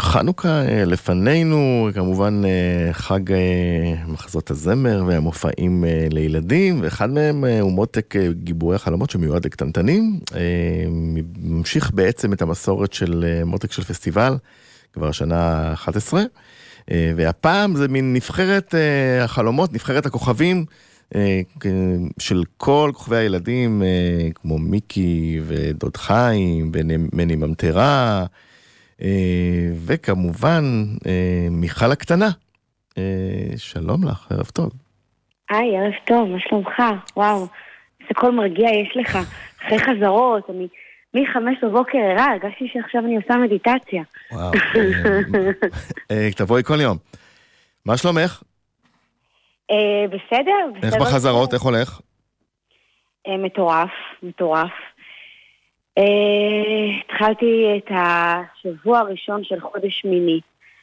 חנוכה לפנינו, כמובן חג מחזות הזמר והמופעים לילדים, ואחד מהם הוא מותק גיבורי החלומות שמיועד לקטנטנים. ממשיך בעצם את המסורת של מותק של פסטיבל, כבר השנה 11, והפעם זה מין נבחרת החלומות, נבחרת הכוכבים, של כל כוכבי הילדים, כמו מיקי ודוד חיים, מני ממטרה, וכמובן מיכל הקטנה. שלום לך, ערב טוב. היי, ערב טוב, מה שלומך? וואו, זה כל מרגיע יש לך. אחרי חזרות, אני מ-5 בבוקר ערה, הרגשתי שעכשיו אני עושה מדיטציה. וואו. תבואי כל יום. מה שלומך? בסדר. איך בחזרות, איך הולך? מטורף, מטורף. התחלתי את השבוע הראשון של חודש מיני.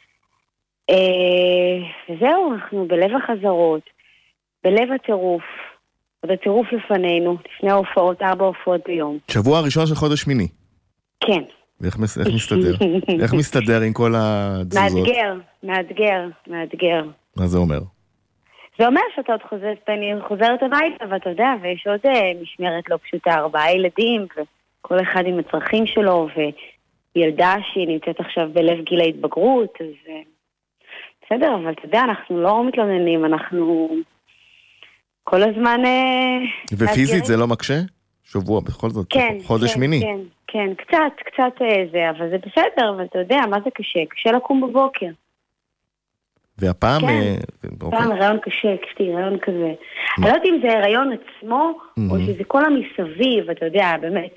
וזהו, אנחנו בלב החזרות, בלב הטירוף. עוד הטירוף לפנינו, לפני ההופעות, 4 הופעות ביום. שבוע הראשון של חודש מיני? כן. ואיך מסתדר? איך מסתדר עם כל התזוזות? מאתגר. מה זה אומר? זה אומר שאתה עוד חוזרת הביתה, ואתה יודע, ויש עוד משמרת לא פשוטה, 4 ילדים, וכל אחד עם הצרכים שלו, וילדה שהיא נמצאת עכשיו בלב גיל ההתבגרות, אז בסדר, אבל אתה יודע, אנחנו לא מתלוננים, אנחנו כל הזמן ופיזית זה לא מקשה? שבוע, בכל זאת, חודש מיני. כן, קצת זה, אבל זה בסדר, אבל אתה יודע, מה זה קשה? קשה לקום בבוקר. והפעם... פעם הריון קשה, קשתי, הריון כזה. אני לא יודעת אם זה הריון עצמו, או שזה כל המסביב, אתה יודע, באמת,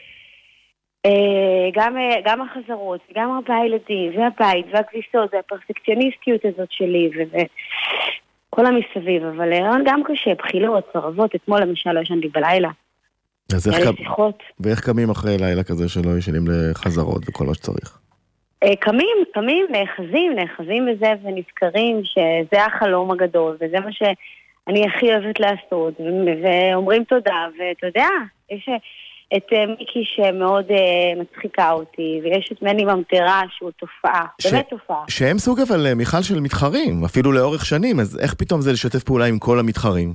גם החזרות, גם 4 ילדים, והבית, והכביסות, והפרפקציוניסטיות הזאת שלי, וכל המסביב, אבל הריון גם קשה, בחילות, צרבות, אתמול למשל לא ישנתי בלילה. אז ואיך קמים אחרי לילה כזה שלא ישנים לחזרות וכל מה שצריך? קמים, נאחזים בזה ונזכרים שזה החלום הגדול, וזה מה שאני הכי אוהבת לעשות, ואומרים תודה, ואתה יודע, יש את מיקי שמאוד מצחיקה אותי, ויש את מני ממטרה שהוא תופעה, באמת תופעה. שהם סוג אבל מיכל של מתחרים, אפילו לאורך שנים, אז איך פתאום זה לשתף פעולה עם כל המתחרים?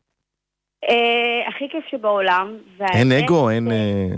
הכי כיף שבעולם. אין אגו, אין...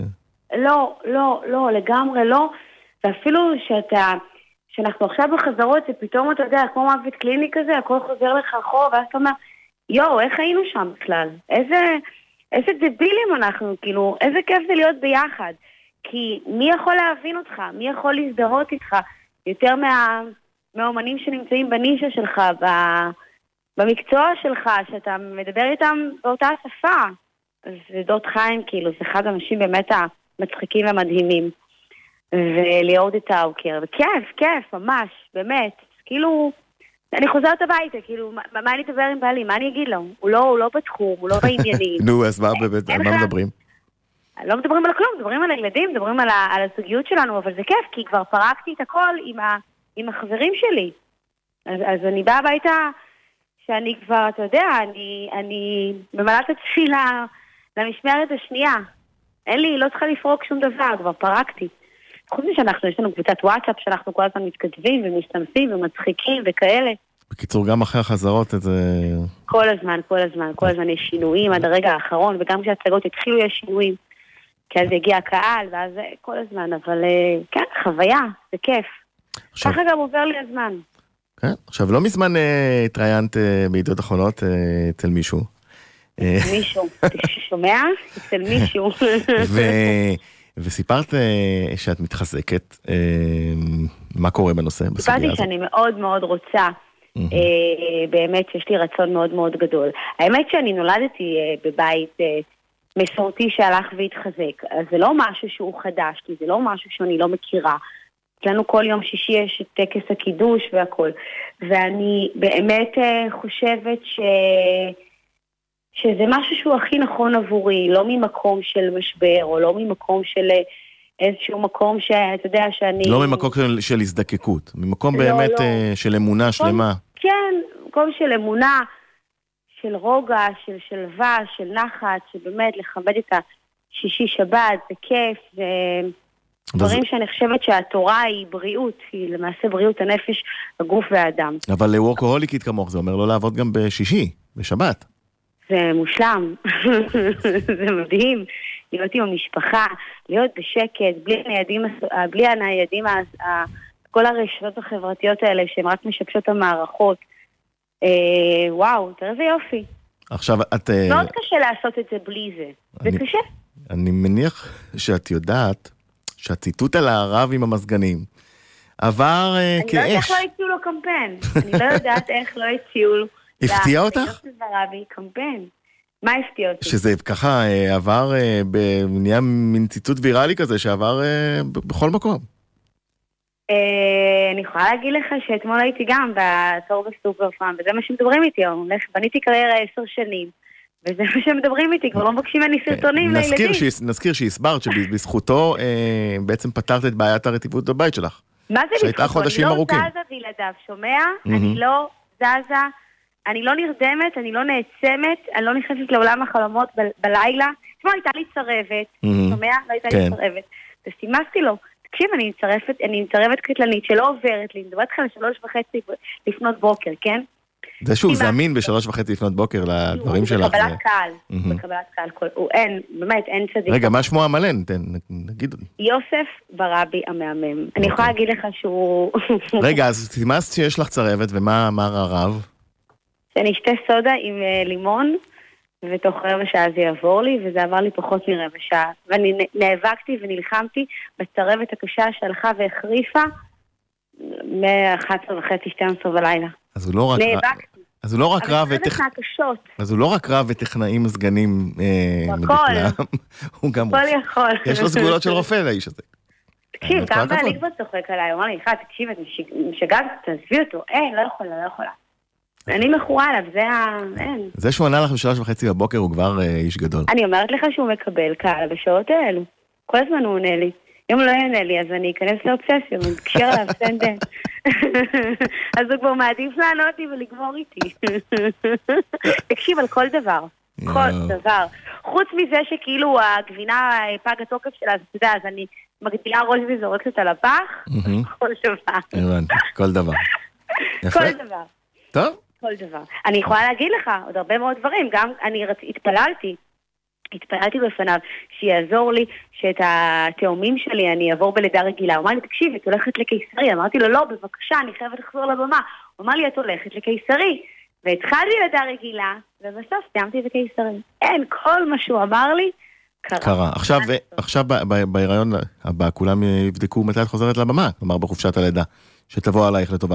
לא, לגמרי לא. ואפילו שאנחנו עכשיו בחזרות, זה פתאום אתה יודע, כמו מוות קליני כזה, הכל חוזר לך אחורה, ואז אתה אומר, איך היינו שם בכלל? איזה דבילים אנחנו, כאילו, איזה כיף זה להיות ביחד. כי מי יכול להבין אותך? מי יכול להזדהות איתך? יותר מהאומנים שנמצאים בנישה שלך, במקצוע שלך, שאתה מדבר איתם באותה שפה. אז זה דוד חיים, כאילו, זה אחד האנשים באמת המצחיקים והמדהימים. וליאור דטאוקר, וכיף, ממש, באמת, כאילו, אני חוזרת הביתה, כאילו, מה אני אדבר עם בעלי, מה אני אגיד לו? הוא לא בתחום, הוא לא בעניינים. נו, אז מה מדברים? לא מדברים על כלום, מדברים על הילדים, מדברים על הסוגיות שלנו, אבל זה כיף, כי כבר פרקתי את הכל עם החברים שלי. אז אני באה הביתה, שאני כבר, אתה יודע, אני ממלאת את תפילה למשמרת השנייה. לא צריכה לפרוק שום דבר, כבר פרקתי. חוץ משאנחנו, יש לנו קבוצת וואטסאפ שאנחנו כל הזמן מתכתבים ומסתמסים ומצחיקים וכאלה. בקיצור, גם אחרי החזרות את זה... כל הזמן יש שינויים עד הרגע האחרון, וגם כשהצגות התחילו יש שינויים. כי אז הגיע הקהל, ואז כל הזמן, אבל כן, חוויה, זה כיף. ככה גם עובר לי הזמן. כן, עכשיו לא מזמן התראיינת בידיעות אחרונות אצל מישהו. מישהו, שומע? אצל מישהו. וסיפרת שאת מתחזקת, מה קורה בנושא? סיפרתי שאני מאוד מאוד רוצה, באמת יש לי רצון מאוד מאוד גדול. האמת שאני נולדתי בבית מסורתי שהלך והתחזק, אז זה לא משהו שהוא חדש, כי זה לא משהו שאני לא מכירה. אצלנו כל יום שישי יש טקס הקידוש והכל, ואני באמת חושבת שזה משהו שהוא הכי נכון עבורי, לא ממקום של משבר, או לא ממקום של איזשהו מקום שאתה יודע שאני... לא ממקום של הזדקקות, ממקום באמת של אמונה שלמה. כן, מקום של אמונה, של רוגע, של שלווה, של נחת, שבאמת לכבד את השישי שבת, זה כיף, דברים שאני חושבת שהתורה היא בריאות, היא למעשה בריאות הנפש, הגוף והאדם. אבל וורקוהוליקית כמוך, זה אומר לא לעבוד גם בשישי, בשבת. זה מושלם, זה מדהים, להיות עם המשפחה, להיות בשקט, בלי הניידים, כל הרשתות החברתיות האלה שהן רק משבשות המערכות. וואו, תראה איזה יופי. עכשיו את... מאוד קשה לעשות את זה בלי זה, זה קשה. אני מניח שאת יודעת שהציטוט על הרב עם המסגנים עבר כאש. אני לא יודעת איך לא הציעו לו קמפיין. אני לא יודעת איך לא הציעו לו. הפתיע אותך? קמפיין. מה הפתיע אותי? שזה ככה עבר, נהיה מין ציטוט ויראלי כזה שעבר בכל מקום. אני יכולה להגיד לך שאתמול הייתי גם בתור בסופר פארם, וזה מה שמדברים איתי, בניתי קריירה 10 שנים, וזה מה שמדברים איתי, כבר לא מבקשים ממני סרטונים לילדים. נזכיר שהסברת שבזכותו בעצם פתרת את בעיית הרטיבות בבית שלך. מה זה שהייתה חודשים ארוכים. אני לא זזה בלעדיו, שומע? אני לא זזה, אני לא נרדמת, אני לא נעצמת, אני לא נכנסת לעולם החלומות בלילה. אתמול הייתה לי צרבת, שומע? לא הייתה לי צרבת. וסימסתי לו, תקשיב, אני מצרבת קטלנית שלא עוברת לי, מדברת לך ל3:30 לפנות בוקר, כן? זה שוב, זמין ב3:30 לפנות בוקר לדברים שלך. בקבלת קהל, בקבלת קהל, אין, באמת, אין צדיק. רגע, מה שמו המלא? נגיד. יוסף ברבי המהמם. אני יכולה להגיד לך שהוא... רגע, אז סימסת שיש לך צרבת, ומה אמר הרב? שאני אשתה סודה עם לימון, ותוך 15 שעה זה יעבור לי, וזה עבר לי פחות מ15 שעה. ואני נאבקתי ונלחמתי בצרבת הקשה שהלכה והחריפה מ-11:30, 12 בלילה. אז הוא לא רק... נאבקתי. אז הוא לא רק רב אז הוא לא רק רב וטכנאים סגנים מדקלם, הוא גם... הכל יכול. יש לו סגולות של רופא לאיש הזה. תקשיב, גם בעלי כבר צוחק עליי, הוא אמר לי, תקשיב, את משגעת, תעזבי אותו, לא יכולה. אני מכורה עליו, אין. זה שהוא ענה לך ב3:30 בבוקר הוא כבר איש גדול. אני אומרת לך שהוא מקבל קהל בשעות האלו. כל הזמן הוא עונה לי. אם הוא לא יענה לי, אז אני אכנס לאובססיה, אני אקשר עליו סנדן. אז הוא כבר מעדיף לענות לי ולגמור איתי. תקשיב על כל דבר. כל דבר. חוץ מזה שכאילו הגבינה פג התוקף שלה, אז אתה יודע, אז אני מגדילה ראש וזורקת על הפח. כל דבר. הבנתי, כל דבר. כל דבר. טוב. כל דבר. אני יכולה להגיד לך עוד הרבה מאוד דברים, גם אני התפללתי בפניו שיעזור לי שאת התאומים שלי אני אעבור בלידה רגילה. הוא אמר לי, תקשיב, את הולכת לקיסרי. אמרתי לו, לא, בבקשה, אני חייבת לחזור לבמה. הוא אמר לי, את הולכת לקיסרי. והתחלתי לידה רגילה, ובסוף סיימתי בקיסרי. אין, כל מה שהוא אמר לי, קרה. עכשיו בהיריון הבא, כולם יבדקו מתי את חוזרת לבמה, כלומר בחופשת הלידה, שתבוא עלייך לטובה.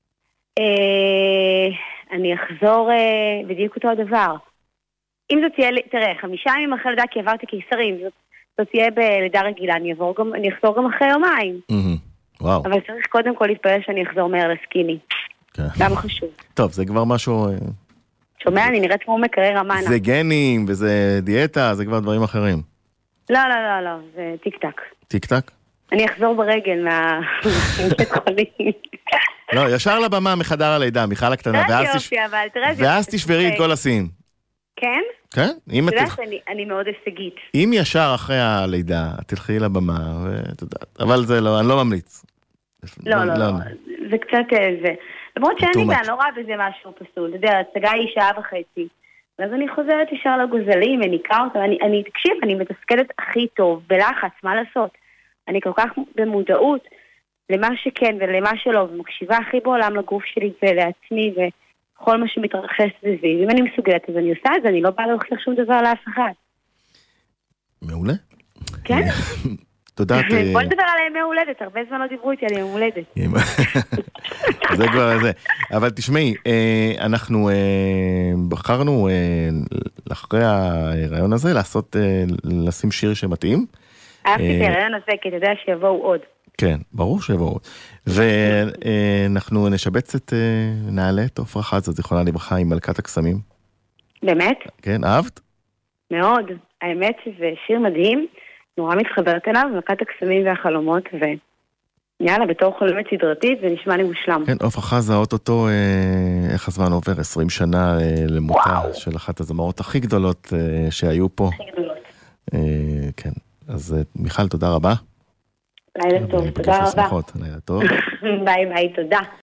אני אחזור בדיוק אותו הדבר. אם זאת תהיה, תראה, 5 ימים אחרי לידה כי עברתי קיסרים, זאת תהיה בלידה רגילה, אני אחזור גם אחרי יומיים. וואו. אבל צריך קודם כל להתפלל שאני אחזור מהר לסקיני. גם חשוב. טוב, זה כבר משהו... שומע, אני נראית כמו מקרר המנה. זה גנים וזה דיאטה, זה כבר דברים אחרים. לא, זה טיק טק. טיק טק? אני אחזור ברגל מהמשת חולים. לא, ישר לבמה מחדר הלידה, מיכל הקטנה, ואז תשברי את כל השיאים. כן? כן? אתה יודע שאני מאוד הישגית. אם ישר אחרי הלידה, תלכי לבמה, ואת יודעת, אבל זה לא, אני לא ממליץ. לא, זה קצת זה. למרות שאני לא רואה בזה משהו פסול. אתה יודע, הצגה היא 1.5 שעה, ואז אני חוזרת ישר לגוזלים, מניקה אותה, תקשיב, אני מתפקדת הכי טוב, בלחץ, מה לעשות? אני כל כך במודעות למה שכן ולמה שלא, ומקשיבה הכי בעולם לגוף שלי ולעצמי וכל מה שמתרחש סביבי. אם אני מסוגלת, אז אני עושה את זה, אני לא באה להוכיח שום דבר לאף אחד. מעולה. כן? תודה. בוא נדבר על ימי הולדת, הרבה זמן לא דיברו איתי על ימי הולדת. זה כבר זה. אבל תשמעי, אנחנו בחרנו אחרי הרעיון הזה לשים שיר שמתאים. אהבתי את הרעיון הזה, כי אתה יודע שיבואו עוד. כן, ברור שיבואו עוד. ואנחנו נשבץ את נעלה את עפרה חזה, זיכרונה לברכה, עם מלכת הקסמים. באמת? כן, אהבת? מאוד. האמת שזה שיר מדהים, נורא מתחברת אליו, מלכת הקסמים והחלומות, ויאללה, בתור חולמת סדרתית, זה נשמע לי מושלם. כן, עפרה חזה, אותו, איך הזמן עובר, 20 שנה למותה של אחת הזמרות הכי גדולות שהיו פה. הכי גדולות. כן. אז מיכל, תודה רבה. לילה טוב, תודה רבה. לילה טוב. ביי ביי, תודה.